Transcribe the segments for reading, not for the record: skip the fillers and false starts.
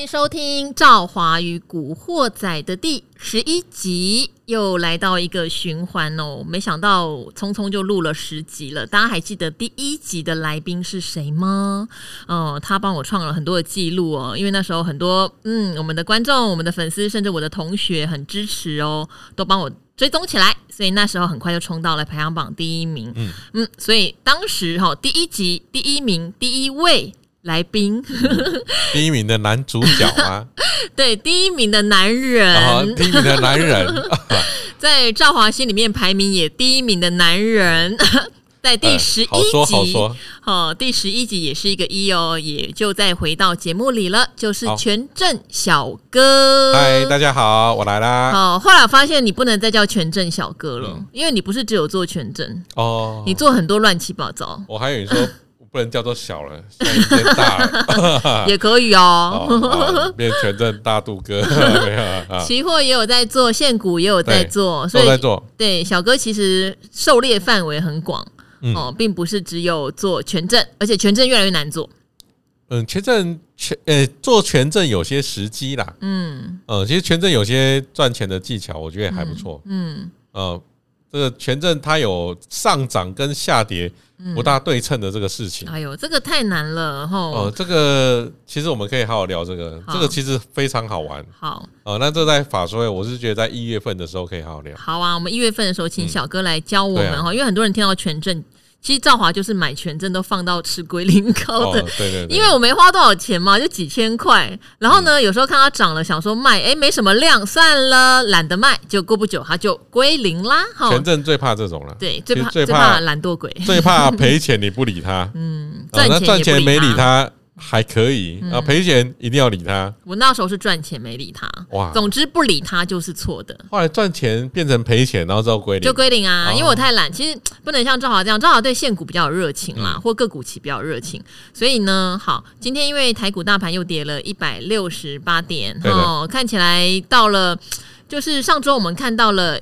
迎收听《赵华与古惑仔》的第11集，又来到一个循环哦。没想到匆匆就录了10集了，大家还记得第1集的来宾是谁吗？他帮我创了很多的记录哦，因为那时候很多我们的观众、我们的粉丝，甚至我的同学很支持哦，都帮我追踪起来，所以那时候很快就冲到了排行榜第1名。所以当时第1集第1名第1位来宾， 第1名的男主角吗？ 对，第1名的男人， 第1名的男人， 在赵华心里面排名也第1名的男人，在第11集，第11集也是一个1哦，也就再回到节目里了，就是全正小哥。 嗨，大家好，我来啦。 后来发现你不能再叫全正小哥了，因为你不是只有做全正哦，你做很多乱七八糟。 我还以为说不能叫做小了，现在已经变大了也可以哦， 变全正大肚哥。 期货也有在做，现股也有在做， 所以都在做。对， 小哥其实狩猎范围很广并不是只有做权证，而且权证越来越难做。 权证做权证有些时机啦，其实权证有些赚钱的技巧，我觉得也还不错。这个权证它有上涨跟下跌不大对称的这个事情。 哎呦，这个太难了这个其实我们可以好好聊这个，这个其实非常好玩。 好， 那这在法说会，我是觉得在1月份的时候可以好好聊。 好啊，我们1月份的时候请小哥来教我们因为很多人听到权证。其实兆华就是买权证都放到吃龟苓膏的， 对， 因为我没花多少钱嘛，就几千块。然后呢，有时候看它涨了，想说卖，没什么量，算了，懒得卖，就过不久它就归零啦。 权证最怕这种了， 对，最怕懒惰鬼， 最怕赔钱你不理他，那赚钱没理他。还可以赔钱一定要理他。我那时候是赚钱没理他，哇！总之不理他就是错的。后来赚钱变成赔钱，然后之后归零，就归零啊！因为我太懒，其实不能像赵华这样，赵华对现股比较有热情啦，或个股期比较有热情。所以呢，好，今天因为台股大盘又跌了168点，看起来到了。就是上周我们看到了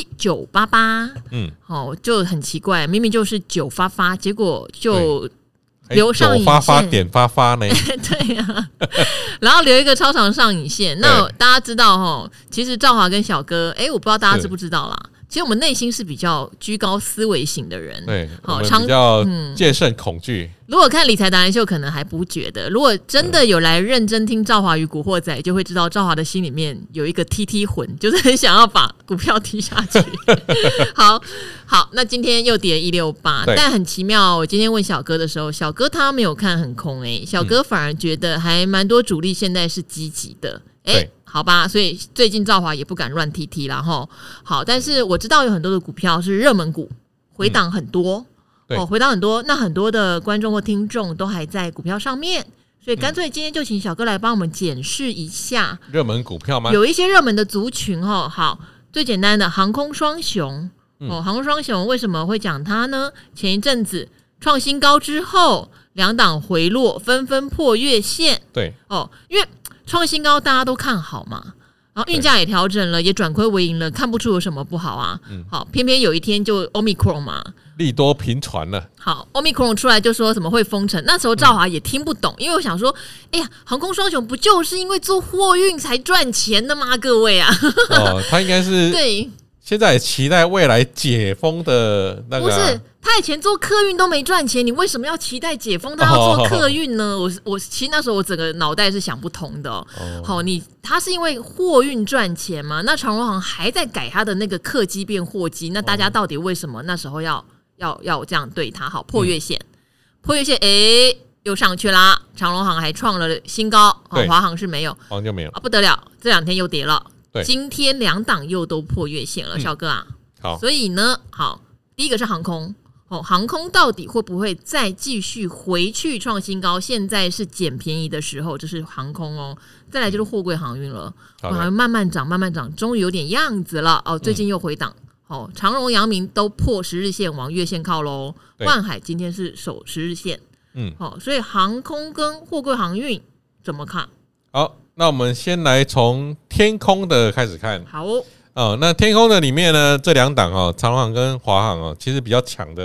17988，就很奇怪，明明就是9发，结果就。留上影线点发呢？ 对呀，然后留一个超长上影线。那大家知道其实兆华跟小哥，我不知道大家知不知道啦。其实我们内心是比较居高思维型的人， 对，我们比较戒慎恐惧。 如果看理财达人秀，可能还不觉得；如果真的有来认真听兆华与古惑仔，就会知道兆华的心里面有一个踢魂，就是很想要把股票踢下去。好，那今天又跌168，但很奇妙。我今天问小哥的时候，小哥他没有看很空，小哥反而觉得还蛮多主力现在是积极的，好吧，所以最近兆华也不敢乱踢啦好，但是我知道有很多的股票是热门股，回档很多，回档很多，那很多的观众或听众都还在股票上面，所以干脆今天就请小哥来帮我们检视一下热门股票吗？ 有一些热门的族群好，最简单的航空双雄航空双雄为什么会讲它呢？前一阵子创新高之后，2档回落，纷纷破月线， 对因为创新高大家都看好嘛，然后运价也调整了，也转亏为盈了，看不出有什么不好啊。好，偏偏有一天就 Omicron 嘛， 利多频传了。好 ，Omicron 出来就说怎么会封城？那时候兆华也听不懂，因为我想说，航空双雄不就是因为做货运才赚钱的吗？各位啊， 他应该是对。现在也期待未来解封的那个，不是他以前做客运都没赚钱，你为什么要期待解封他要做客运呢？我其实那时候我整个脑袋是想不通的。他是因为货运赚钱吗？那长荣航还在改他的那个客机变货机，那大家到底为什么那时候要这样对他？好，破月线又上去啦，长荣航还创了新高，华航是没有， 华航就没有不得了，这2天又跌了。今天2档又都破月线了，小哥啊， 好， 所以呢，好，第一个是航空，航空到底会不会再继续回去创新高？现在是捡便宜的时候，这是航空再来就是货柜航运了，慢慢涨，终于有点样子了最近又回档，长荣、阳明都破10日线，往月线靠喽。万海今天是守10日线，所以航空跟货柜航运怎么看？ 好。那我们先来从天空的开始看。 好那天空的里面呢，这2档长荣航跟华航其实比较强的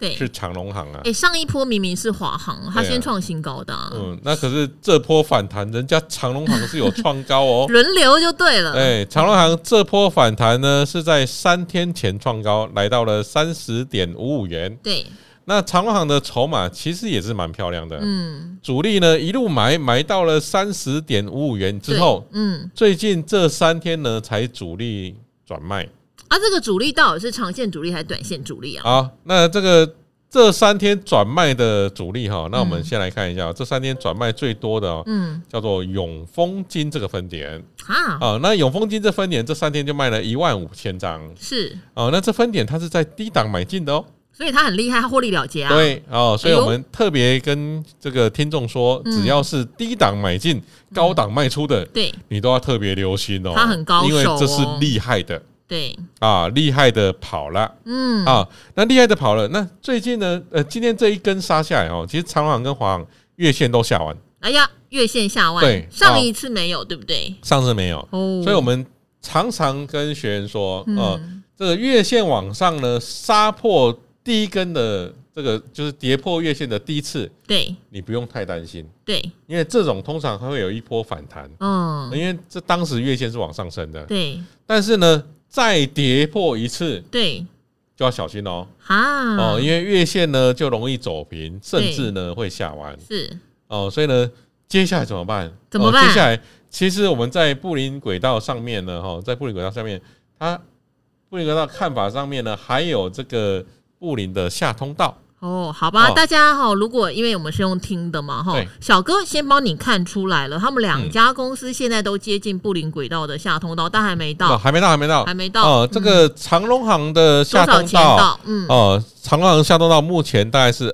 对， 是长荣航啊。 上一波明明是华航，它先创新高的。 那可是这波反弹，人家长荣航是有创高哦， 轮流就对了。 长荣航这波反弹呢，是在3天前创高，来到了30.55元。 对。 那长荣航的筹码其实也是蛮漂亮的，主力呢一路买到了30.55元之后，最近这3天呢才主力转卖。 这个主力到底是长线主力还是短线主力啊？ 好，那这3天转卖的主力哈，那我们先来看一下，这3天转卖最多的叫做永丰金这个分点那永丰金这分点这3天就卖了15000张， 是那这分点它是在低档买进的哦。 所以他很厉害，他获利了结啊。 对所以我们特别跟这个听众说，只要是低档买进、高档卖出的， 对， 你都要特别留心哦。 他很高手因为这是厉害的。 对厉害的跑了，那厉害的跑了。那最近呢，今天这一根杀下来其实长荣航跟华航月线都下完。 哎呀，月线下完， 对， 上一次没有，对不对？ 上次没有所以我们常常跟学员说，这个月线往上呢，杀破第一根的这个就是跌破月线的第一次， 对， 你不用太担心， 对， 因为这种通常它会有一波反弹，因为这当时月线是往上升的， 对， 但是呢，再跌破一次， 对， 就要小心因为月线呢就容易走平，甚至呢会下弯， 是所以呢，接下来怎么办？接下来其实我们在布林轨道上面呢，在布林轨道上面，它布林轨道看法上面呢，还有这个布林的下通道。 好吧，大家如果因为我们是用听的嘛，小哥先帮你看出来了，他们2家公司现在都接近布林轨道的下通道，但还没到，还没到。 这个长荣航的下通道，长荣航下通道目前大概是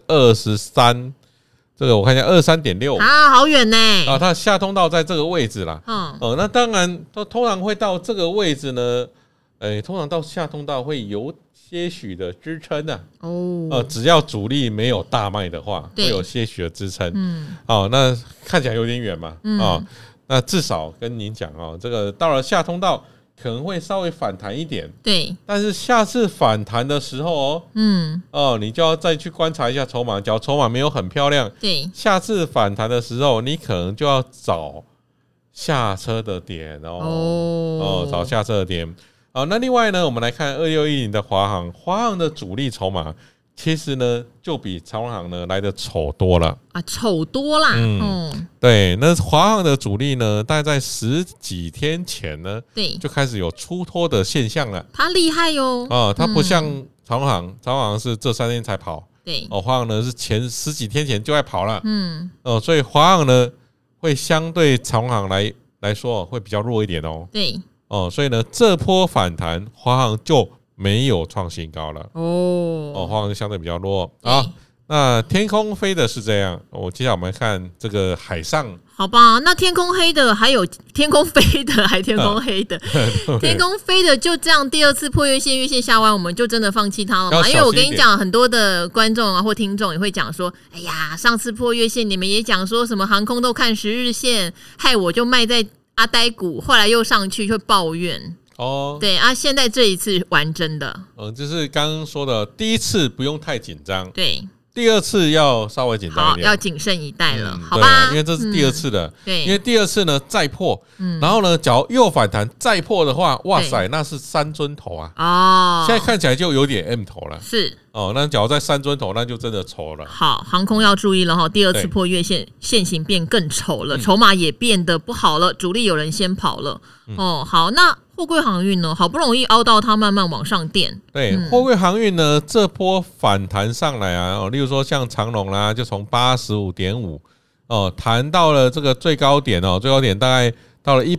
23，这个我看一下23.6 好远呢。 它下通道在这个位置啦。那当然，通常会到这个位置呢。通常到下通道会有些许的支撑只要主力没有大卖的话，会有些许的支撑。那看起来有点远嘛。那至少跟您讲这个到了下通道可能会稍微反弹一点。 对， 但是下次反弹的时候你就要再去观察一下筹码，假如筹码没有很漂亮， 对， 下次反弹的时候，你可能就要找下车的点找下车的点。那另外呢，我们来看2610的华航，华航的主力筹码其实呢就比长荣航呢来的丑多了丑多啦。 对，那华航的主力呢，大概在10几天前呢，对，就开始有出脱的现象了。 它厉害哟它不像长荣航，长荣航是这3天才跑， 对， 华航呢是前10几天前就在跑了，所以华航呢会相对长荣航来说会比较弱一点对。 所以呢，这波反弹华航就没有创新高了华航相对比较弱那天空飞的是这样，接下来我们看这个海上。 好吧，那天空黑的还有天空飞的，还天空黑的，天空飞的就这样第2次破月线，月线下弯，我们就真的放弃它了吗？因为我跟你讲，很多的观众或听众也会讲说，哎呀，上次破月线你们也讲说什么航空都看10日线，害我就卖在阿呆股，后来又上去会抱怨对现在这一次玩真的就是刚刚说的第1次不用太紧张， 对， 第2次要稍微紧张一点， 要谨慎以待了，好吧？ 因为这是第2次的， 对， 因为第2次呢再破，然后呢，假如又反弹再破的话，哇塞，那是3尊头现在看起来就有点 M 头了， 是那假如在3尊头，那就真的丑了。 好，航空要注意了第2次破月线，线型变更丑了，筹码也变得不好了，主力有人先跑了。好，那货柜航运呢？好不容易凹到它慢慢往上垫。 对，货柜航运呢，这波反弹上来例如说像长荣啦，就从85.5弹到了这个最高点最高点大概到了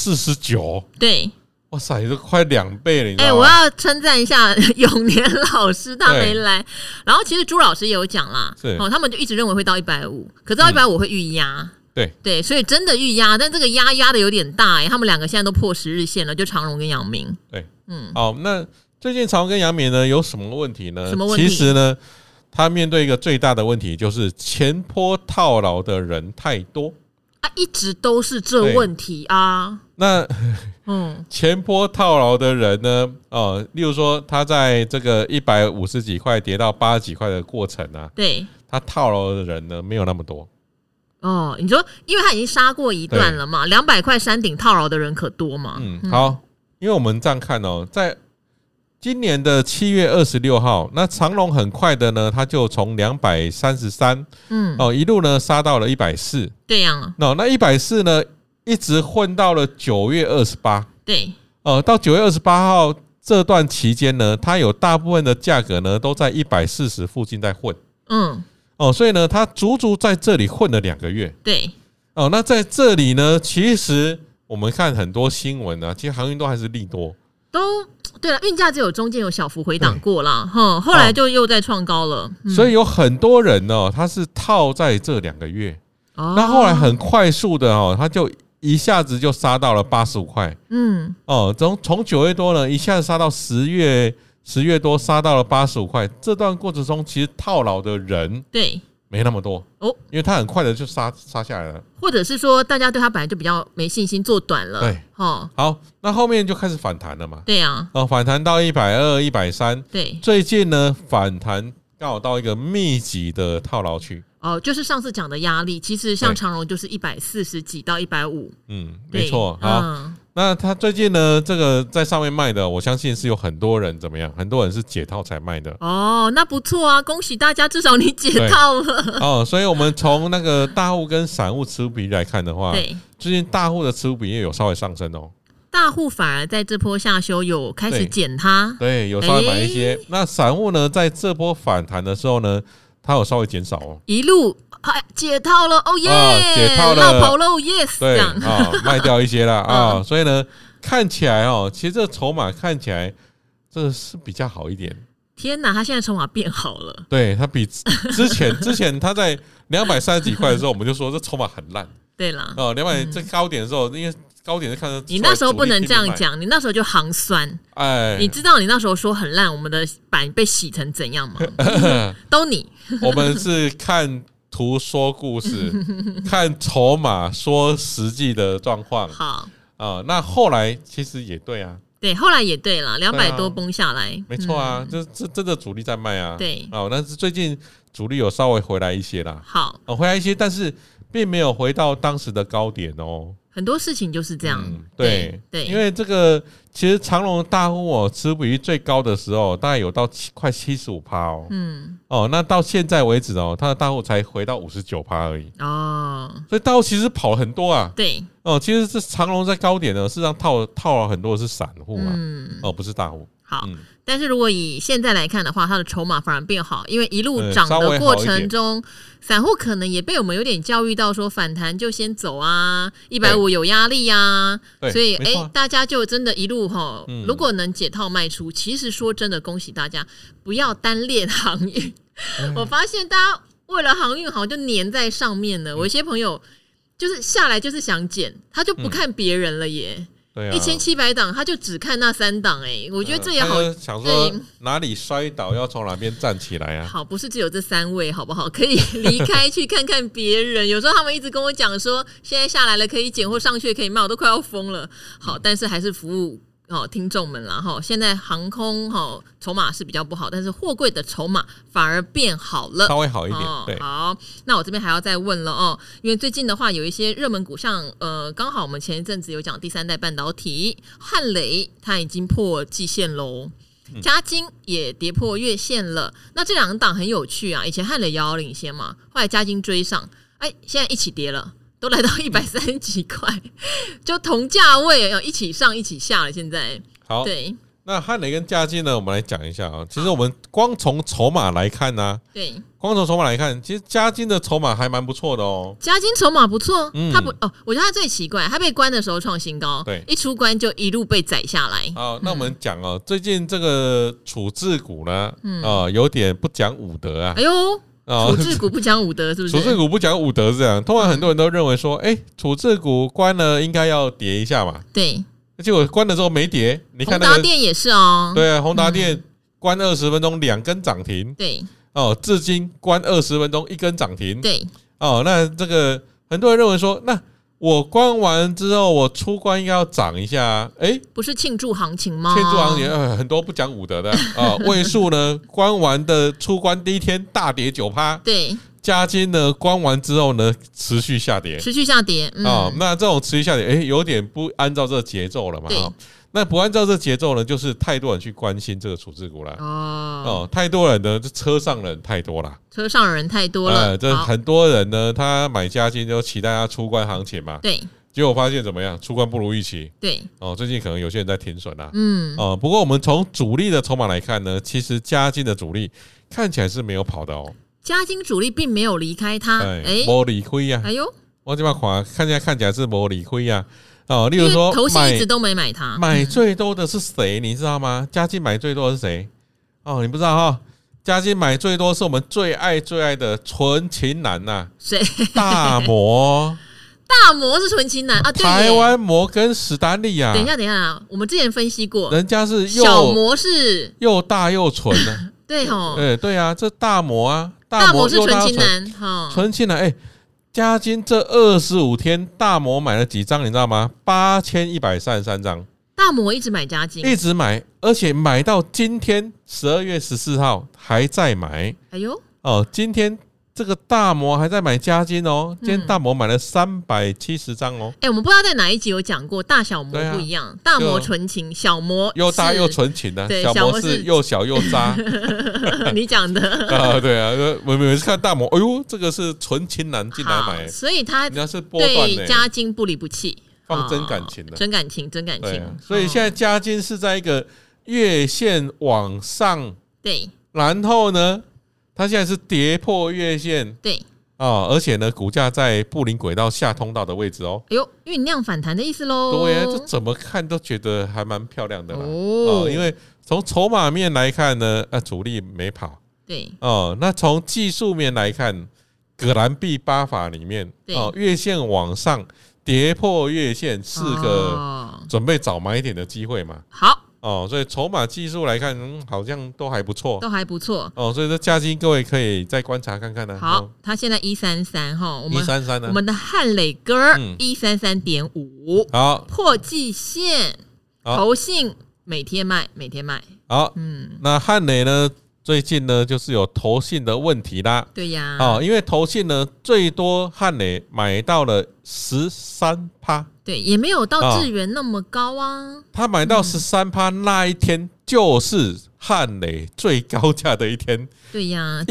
149。 对。 哇塞，这快2倍了，你知道吗？ 我要称赞一下永年老师，他没来。然后其实朱老师也有讲啦，他们就一直认为会到150，可是到150会预压。对，所以真的预压，但这个压的有点大他们2个现在都破10日线了，就长荣跟阳明。 对，好，那最近长荣跟阳明呢有什么问题呢？ 什么问题？ 其实呢，他面对一个最大的问题就是前波套牢的人太多一直都是这问题啊。 那前波套牢的人呢？例如说他在这个150几块跌到80几块的过程啊， 对， 他套牢的人呢没有那么多。 你说，因为他已经杀过一段了嘛，200块山顶套牢的人可多嘛？ 好，因为我们这样看在今年的7月26号，那长荣很快的呢，它就从233，一路呢杀到了140， 对呀， 那140呢，一直混到了9月28， 对， 到9月28号这段期间呢，它有大部分的价格呢都在140附近在混，所以呢，它足足在这里混了2个月， 对， 那在这里呢，其实我们看很多新闻啊，其实航运都还是利多， 都对了，运价只有中间有小幅回档过啦，后来就又再创高了， 所以有很多人呢，他是套在这2个月，那后来很快速的他就一下子就杀到了85块，从9月多呢，一下子杀到10月多，杀到了85块。这段过程中，其实套牢的人对没那么多因为他很快的就杀下来了， 或者是说大家对他本来就比较没信心，做短了。对， 好，那后面就开始反弹了嘛。 对呀， 反弹到120、130， 对， 最近呢反弹刚好到一个密集的套牢区。 就是上次讲的压力，其实像长荣就是140几到150， 没错。好，那他最近呢，这个在上面卖的，我相信是有很多人怎么样？很多人是解套才卖的。 那不错啊，恭喜大家，至少你解套了。 所以我们从那个大户跟散户持股比例来看的话，对，最近大户的持股比例有稍微上升大户反而在这波下修有开始减它， 对，有稍微买一些。那散户呢，在这波反弹的时候呢，它有稍微减少一路解套了， 解套了， 绕跑喽 ，yes， 对卖掉一些了所以呢，看起来其实这个筹码看起来这是比较好一点。 天哪，他现在筹码变好了， 对，他比之前他在230几块的时候，我们就说这筹码很烂。对啦，200这高点的时候，因为高点是看到你那时候不能这样讲，你那时候就行酸。你知道你那时候说很烂，我们的板被洗成怎样吗？都你， 我们是看图说故事，看筹码说实际的状况。好那后来其实也对啊， 对，后来也对了，200多崩下来， 没错啊，这真的主力在卖啊。对，但是最近主力有稍微回来一些啦。好，回来一些，但是并没有回到当时的高点很多事情就是这样， 对，因为这个其实长荣大户持股比例最高的时候，大概有到快75%那到现在为止它的大户才回到59%而已所以大户其实跑了很多啊。对，其实这长荣在高点呢，事实上套了很多的是散户不是大户。好， 但是如果以现在来看的话，它的筹码反而变好，因为一路涨的过程中，散户可能也被我们有点教育到说反弹就先走啊，150有压力啊，所以大家就真的一路如果能解套卖出，其实说真的，恭喜大家，不要单恋航运。我发现大家为了航运好像就黏在上面了，我一些朋友就是下来就是想减，他就不看别人了耶。1700档，他就只看那3档我觉得这也好， 想说哪里摔倒要从哪边站起来啊。 好，不是只有这3位，好不好？可以离开去看看别人。有时候他们一直跟我讲说，现在下来了可以减或上去可以卖，我都快要疯了。好，但是还是服务听众们啦现在航空筹码是比较不好，但是货柜的筹码反而变好了， 稍微好一点。对， 好，那我这边还要再问了因为最近的话有一些热门股，像刚好我们前一阵子有讲第3代半导体汉磊，它已经破季线喽。嘉晶也跌破月线了，那这2档很有趣啊。以前汉磊遥遥领先嘛，后来嘉晶追上，现在一起跌了。都来到130几块，就同价位一起上一起下了。现在好，对，那汉磊跟嘉晶呢，我们来讲一下其实我们光从筹码来看呢，对，光从筹码来看，其实嘉晶的筹码还蛮不错的嘉晶筹码不错，它不我觉得它最奇怪，它被关的时候创新高，对，一出关就一路被宰下来。 好，那我们讲最近这个处置股呢，有点不讲武德啊。哎呦。 处置股不讲武德是不是？ 处置股不讲武德是这样，通常很多人都认为说，处置股关了应该要跌一下嘛。对，结果关的时候没跌。你看宏达电也是对啊，宏达电关20分钟2根涨停。对，智金关20分钟1根涨停。对，那这个很多人认为说，那我关完之后，我出关应该要涨一下， 不是庆祝行情吗？ 庆祝行情，很多不讲武德的啊。位数呢，关完的出关第一天大跌9%， 对。 嘉金呢，关完之后呢，持续下跌，那这种持续下跌，有点不按照这个节奏了嘛。那不按照这节奏呢，就是太多人去关心这个处置股了。太多人呢，车上人太多了。 这很多人呢，他买嘉金就期待他出关行情嘛。 对。 结果发现怎么样？出关不如预期。 对。 最近可能有些人在停损啦。不过我们从主力的筹码来看呢，其实嘉金的主力看起来是没有跑的哦。 嘉金主力并没有离开他， 没离开呀。 哎呦， 我这边看起来是没离开呀。例如说， 投信一直都没买它， 买最多的是谁？你知道吗？嘉金买最多的是谁？你不知道哈？嘉金买最多是我们最爱的纯情男呐。 谁？ 大摩。 大摩是纯情男啊，对， 台湾摩根史丹利啊。 等一下，我们之前分析过， 人家是小摩是又大又纯的。 对吼， 对啊，这大摩啊， 大摩是纯情男， 纯情男。嘉金这25天，大摩买了几张，你知道吗？8133张。 大摩一直买嘉金， 一直买，而且买到今天12月14号还在买。 哎呦， 今天这个大摩还在买嘉金哦，今天大摩买了370张哦。 我们不知道在哪一集有讲过，大小摩不一样，大摩纯情，小摩又大又纯情的，小摩是又小又渣。 你讲的对啊，我每次看大摩，哎呦，这个是纯情男进来买， 所以他对嘉金不离不弃， 放真感情的， 真感情。 所以现在嘉金是在一个月线往上， 对， 然后呢？它现在是跌破月线， 对而且呢，股价在布林轨道下通道的位置哦。 哎呦，酝酿反弹的意思喽。 对啊，这怎么看都觉得还蛮漂亮的啦。因为从筹码面来看呢，主力没跑。 对那从技术面来看，葛兰碧8法里面月线往上跌破月线是个准备早买点的机会嘛。 好。 所以筹码技术来看，好像都还不错， 所以这嘉金各位可以再观察看看呢。 好，它现在133哈 ，133呢， 我们的汉磊哥133.5，好，破季线，投信每天卖。 好，那汉磊呢？最近呢，就是有投信的问题啦。 对呀， 因为投信呢，最多汉磊买到了13%， 对，也没有到智元那么高啊。 他买到13%那一天，就是汉磊最高价的一天。 对呀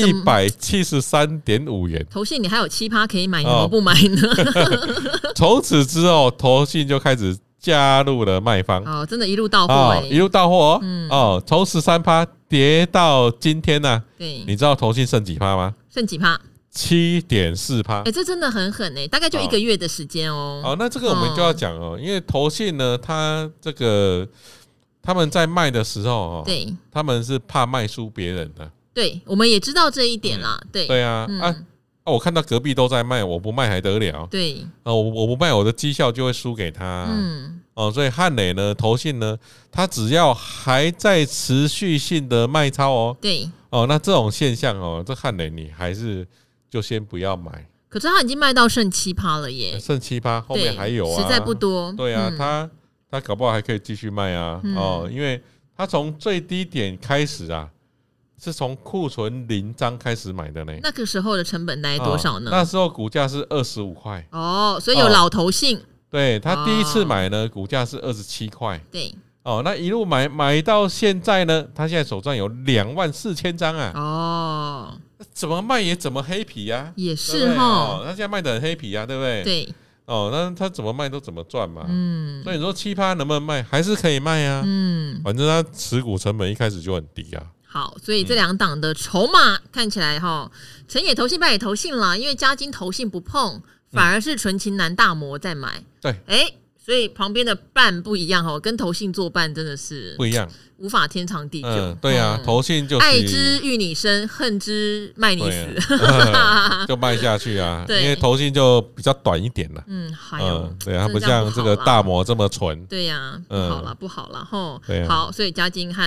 ，173.5元。 投信你还有7%可以买，你怎么不买呢？ 从此之后，投信就开始加入了卖方。 真的一路到货一路到货从13%跌到今天呢。 对， 你知道投信剩几趴吗？ 剩几趴 ？7.4%。 这真的很狠大概就1个月的时间哦。 那这个我们就要讲因为投信呢，他们在卖的时候对， 他们是怕卖输别人的。 对，我们也知道这一点啦。 对啊，我看到隔壁都在卖，我不卖还得了？ 对， 我不卖，我的绩效就会输给他。所以汉磊呢，投信呢，他只要还在持续性的卖超对， 那这种现象这汉磊你还是就先不要买。 可是他已经卖到剩7%了耶， 剩7%，后面还有实在不多。 对啊，他搞不好还可以继续卖啊。因为他从最低点开始是从库存0张开始买的呢。 那个时候的成本大概多少呢？ 那时候股价是25块。 所以有老投信。 对，他第一次买呢，股价是27块。 对。 那一路买到现在呢，他现在手上有24000张啊。怎么卖也怎么黑皮啊。 也是他现在卖的很黑皮啊，对不对？ 对。 那他怎么卖都怎么赚嘛。所以你说7%能不能卖，还是可以卖啊。反正他持股成本一开始就很低啊。 好，所以这两档的筹码看起来成也投信败也投信了，因为嘉金投信不碰，反而是纯情男大摩在买。 对， 所以旁边的伴不一样跟投信作伴真的是不一样， 无法天长地久。 对啊，投信就是爱之欲你生，恨之卖你死， 就卖下去啊。因为投信就比较短一点了。 还有对，它不像这个大摩这么纯。 对呀，不好了。好，所以嘉金和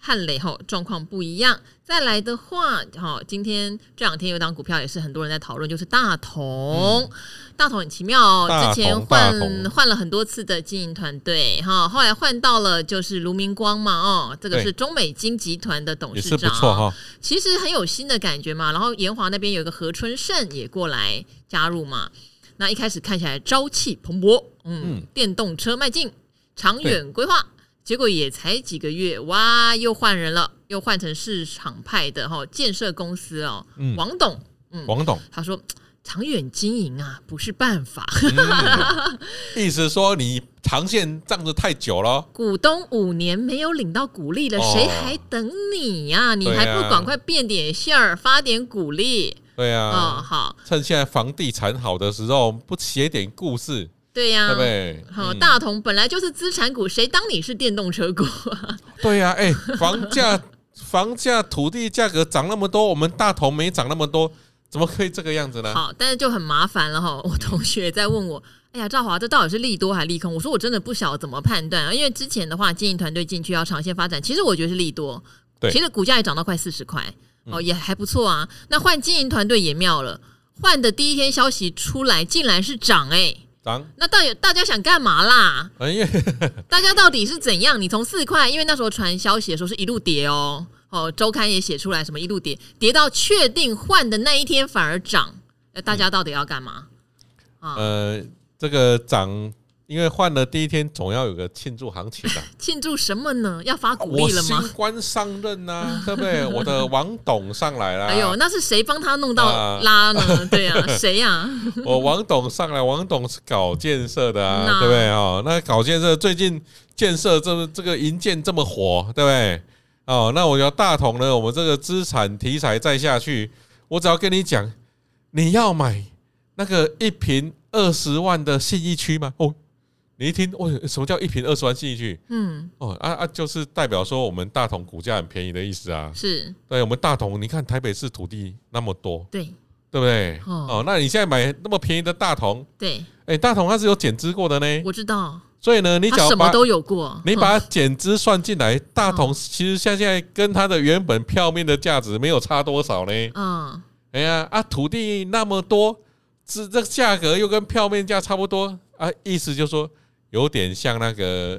汉磊状况不一样。再来的话，今天这两天有档股票也是很多人在讨论，就是大同。大同很奇妙哦，之前换了很多次的经营团队后来换到了就是卢明光嘛这个是中美金集团的董事长，也是不错其实很有新的感觉嘛。然后研华那边有一个何春盛也过来加入嘛。那一开始看起来朝气蓬勃，电动车迈进，长远规划。结果也才几个月，哇，又换人了，又换成市场派的建设公司王董， 王董他说长远经营啊不是办法， 意思说你长线站得太久了， 股东5年没有领到股利了，谁还等你呀？你还不赶快变点馅儿，发点股利？ 对啊， 好， 趁现在房地产好的时候，不写点故事？ 对呀， 对不对？ 大同本来就是资产股，谁当你是电动车股啊？ 对呀，房价、土地价格涨那么多，我们大同没涨那么多。怎么可以这个样子呢？ 好，但是就很麻烦了我同学在问我，哎呀，兆华这到底是利多还利空？我说我真的不晓得怎么判断因为之前的话，经营团队进去要长线发展，其实我觉得是利多。对，其实股价也涨到快40块也还不错啊。那换经营团队也妙了，换的第一天消息出来，竟然是涨涨。那到底大家想干嘛啦？大家到底是怎样？你从4块，因为那时候传消息的时候是一路跌周刊也写出来什么一路跌到确定换的那一天反而涨，大家到底要干嘛？ 这个涨，因为换了第一天总要有个庆祝行情庆祝什么呢？要发股利了吗？ 我新官上任对不对？我的王董上来了。 哎呦，那是谁帮他弄到拉呢？对啊，谁呀？ 我王董上来，王董是搞建设的对不对那搞建设，最近建设这个营建这么火，对不对？那我要大同呢，我们这个资产题材再下去，我只要跟你讲，你要买那个1坪20万的信义区吗？你一听，什么叫1坪20万信义区？就是代表说我们大同股价很便宜的意思啊。是，对，我们大同，你看台北市土地那么多，对不对？那你现在买那么便宜的大同，对，大同它是有减资过的呢， 我知道。 所以呢，你只要什么都有过， 你把减资算进来，大同其实现在跟它的原本票面的价值没有差多少呢。土地那么多，这个价格又跟票面价差不多意思就是说有点像那个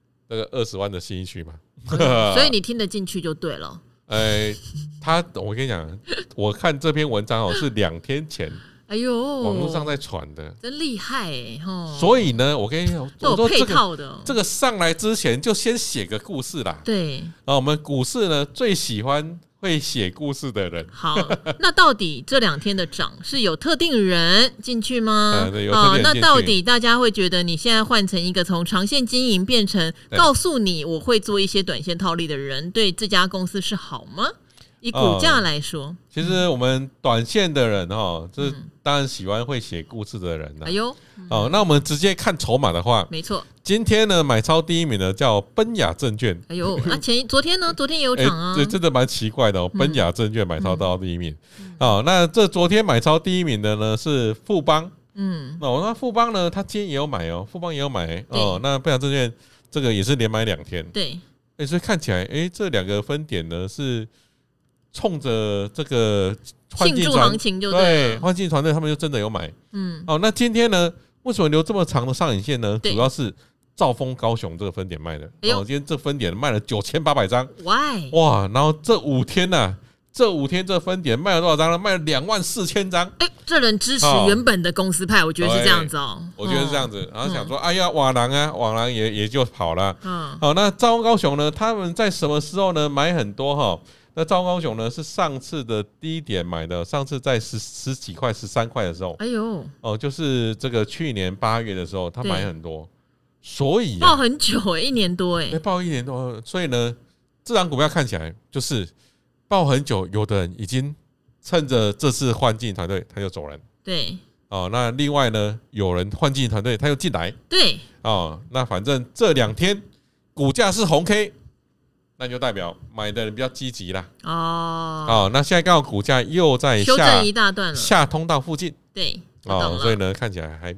20万的信义区嘛。 所以你听得进去就对了。 我跟你讲，我看这篇文章是2天前。哎呦，网络上在传的， 真厉害所以呢，我跟你讲， 都有配套的。 这个上来之前就先写个故事啦。对，我们股市呢最喜欢会写故事的人。 好，那到底这2天的涨是有特定人进去吗？ 对，有特定人进去。 那到底大家会觉得你现在换成一个从长线经营变成告诉你我会做一些短线套利的人，对这家公司是好吗？以股价来说， 其实我们短线的人就是当然喜欢会写故事的人。哎呦，那我们直接看筹码的话， 没错。 今天呢，买超第一名的叫奔雅证券。 哎呦，昨天呢？昨天也有涨啊。 这真的蛮奇怪的奔雅证券买超到第一名。那这昨天买超第一名的呢是富邦。那富邦呢，他今天也有买富邦也有买那奔雅证券这个也是连买2天。对。所以看起来，这2个分点呢是。冲着这个庆祝行情就对， 换进团队他们就真的有买。那今天呢，为什么留这么长的上影线呢？主要是兆丰高雄这个分点卖的。今天这分点卖了9800张。哇！然后这5天呢，这分点卖了多少张呢？卖了24000张。 这人支持原本的公司派，我觉得是这样子我觉得是这样子。然后想说，哎呀，往狼也就跑了。那兆丰高雄呢，他们在什么时候呢买很多那兆丰高雄呢是上次的低点买的，上次在十几块、13块的时候，哎呦，就是这个去年8月的时候，他买很多，所以抱很久1年多抱1年多，所以呢，这档股票看起来就是抱很久，有的人已经趁着这次换进团队他就走人，对，那另外呢，有人换进团队他又进来，对，那反正这2天股价是红 K。那就代表买的人比较积极啦。那现在刚好股价又在修正一大段了， 下通道附近。 对， 所以呢，看起来还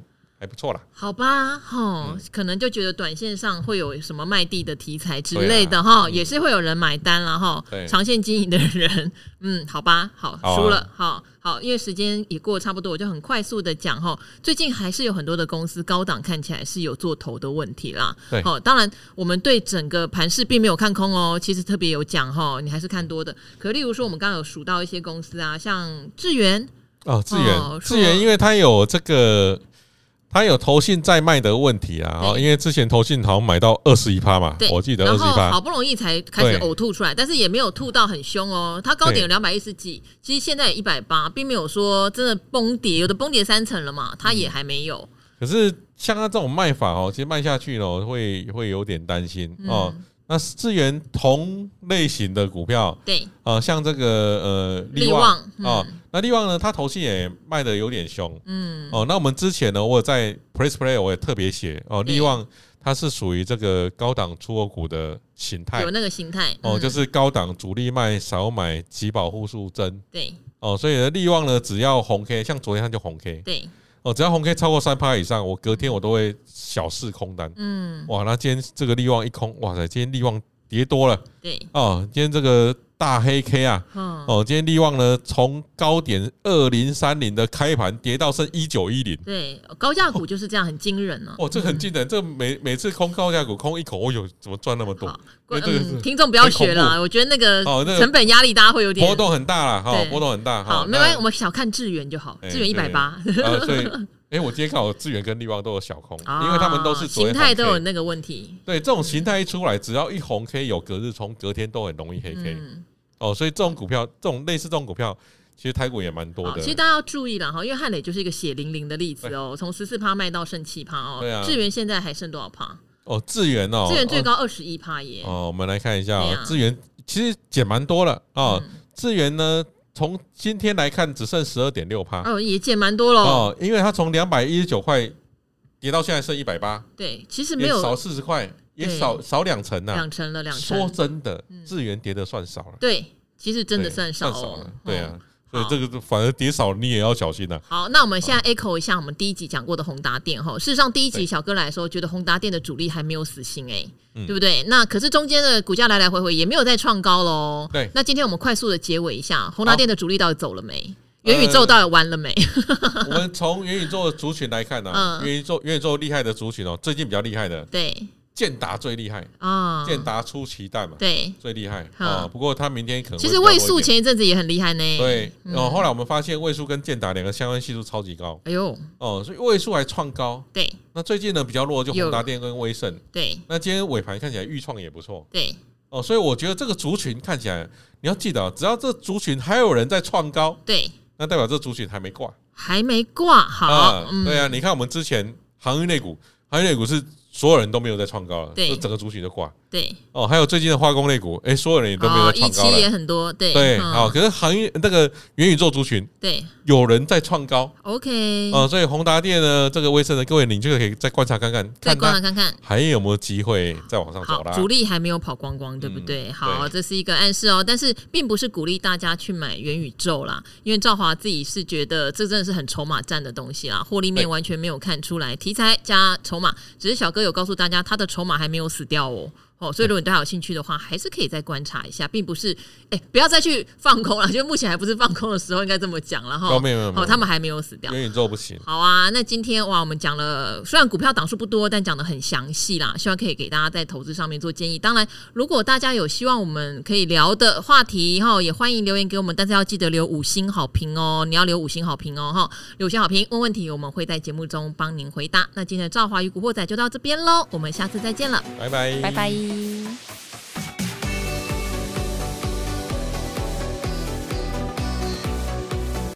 还不错啦。 好吧，可能就觉得短线上会有什么卖地的题材之类的也是会有人买单了长线经营的人，好吧，好输了，好，因为时间也过得差不多，我就很快速的讲最近还是有很多的公司高档看起来是有做头的问题啦。 对， 当然我们对整个盘势并没有看空哦，其实特别有讲你还是看多的。可例如说我们刚刚有数到一些公司啊，像智原智原，因为它有这个。他有投信在卖的问题啊，因为之前投信好像买到21%嘛，我记得21%，然后好不容易才开始呕吐出来，但是也没有吐到很凶哦。它高点有210几，其实现在也180，并没有说真的崩跌，有的崩跌3层了嘛，它也还没有。 可是像他这种卖法其实卖下去呢，会有点担心那智原同类型的股票， 对像这个力旺那力旺呢，它投信也卖的有点凶，那我们之前呢，我在 Press Play 我也特别写力旺它是属于这个高档出货股的形态， 有那个形态就是高档主力卖少买，几保护数增， 对所以呢力旺呢只要红 K， 像昨天它就红 K， 对。 只要红 K 超过3%以上，我隔天我都会小试空单。哇，那今天这个力旺一空，哇塞，今天力旺跌多了。 对， 今天这个大黑 K 啊，今天力旺呢从高点2030的开盘跌到剩1910。 对，高价股就是这样，很惊人哦。 这很惊人，这每次空高价股空一口，怎么赚那么多？ 听众不要学了，我觉得那个成本压力大家会有点波动很大啦，波动很大。 好，没关系，我们小看智原就好，智原180。 所以我今天看我智原跟力旺都有小空，因为他们都是形态都有那个问题。 对，这种形态一出来，只要一红 K 有隔日冲，隔天都很容易黑 K。所以这种股票，类似这种股票，其实台股也蛮多的。 其实大家要注意啦，因为汉磊就是一个血淋淋的例子从14%卖到剩7% 对啊， 智原现在还剩多少趴？ 智原最高21%耶。 我们来看一下智原其实减蛮多了智原呢，从今天来看只剩12.6%， 也减蛮多了因为它从219块跌到现在剩180， 对，其实没有少40块，也少2成 2成了。 说真的，智原跌的算少了， 对，其实真的算少了，对啊。所以这个反而跌少，你也要小心好，那我们现在 echo 一下我们第一集讲过的宏达电事实上第一集小哥来说，觉得宏达电的主力还没有死心对不对？那可是中间的股价来来回回也没有再创高咯。 对， 那今天我们快速的结尾一下，宏达电的主力到底走了没？元宇宙到底完了没？ 我们从元宇宙的族群来看元宇宙厉害的族群最近比较厉害的， 对。 建达最厉害建达出奇蛋嘛， 对， 最厉害不过他明天可能其实位数前一阵子也很厉害呢， 对，后来我们发现位数跟建达两个相关系数超级高， 哎呦， 所以位数还创高， 对。 那最近呢比较弱就宏达电跟威盛， 对。 那今天尾盘看起来预创也不错， 对。 所以我觉得这个族群看起来，你要记得只要这族群还有人在创高， 对， 那代表这族群还没挂， 好， 对啊，你看我们之前航运类股是。所有人都没有在创高了， 对， 整个族群就挂。 对， 还有最近的化工类股，所有人也都没有在创高了。 17也很多，对。 可是行业那个元宇宙族群， 对， 有人在创高。 OK， 所以宏达电呢，这个威盛的各位，你就可以再观察看看，还有没有机会再往上走啦。 主力还没有跑光光，对不对？好，这是一个暗示但是并不是鼓励大家去买元宇宙啦，因为兆华自己是觉得这真的是很筹码战的东西啦，获利面完全没有看出来，题材加筹码，只是小哥有告诉大家，他的筹码还没有死掉所以如果你对他有兴趣的话，还是可以再观察一下，并不是不要再去放空了，就目前还不是放空的时候，应该这么讲了没有他们还没有死掉， 元宇宙不行。 好啊，那今天我们讲了，虽然股票档数不多，但讲得很详细啦，希望可以给大家在投资上面做建议。当然，如果大家有希望我们可以聊的话题也欢迎留言给我们，但是要记得留5星好评你要留5星好评留5星好评，问问题我们会在节目中帮您回答。那今天的兆华与古惑仔就到这边咯，我们下次再见了， 拜拜， 拜拜。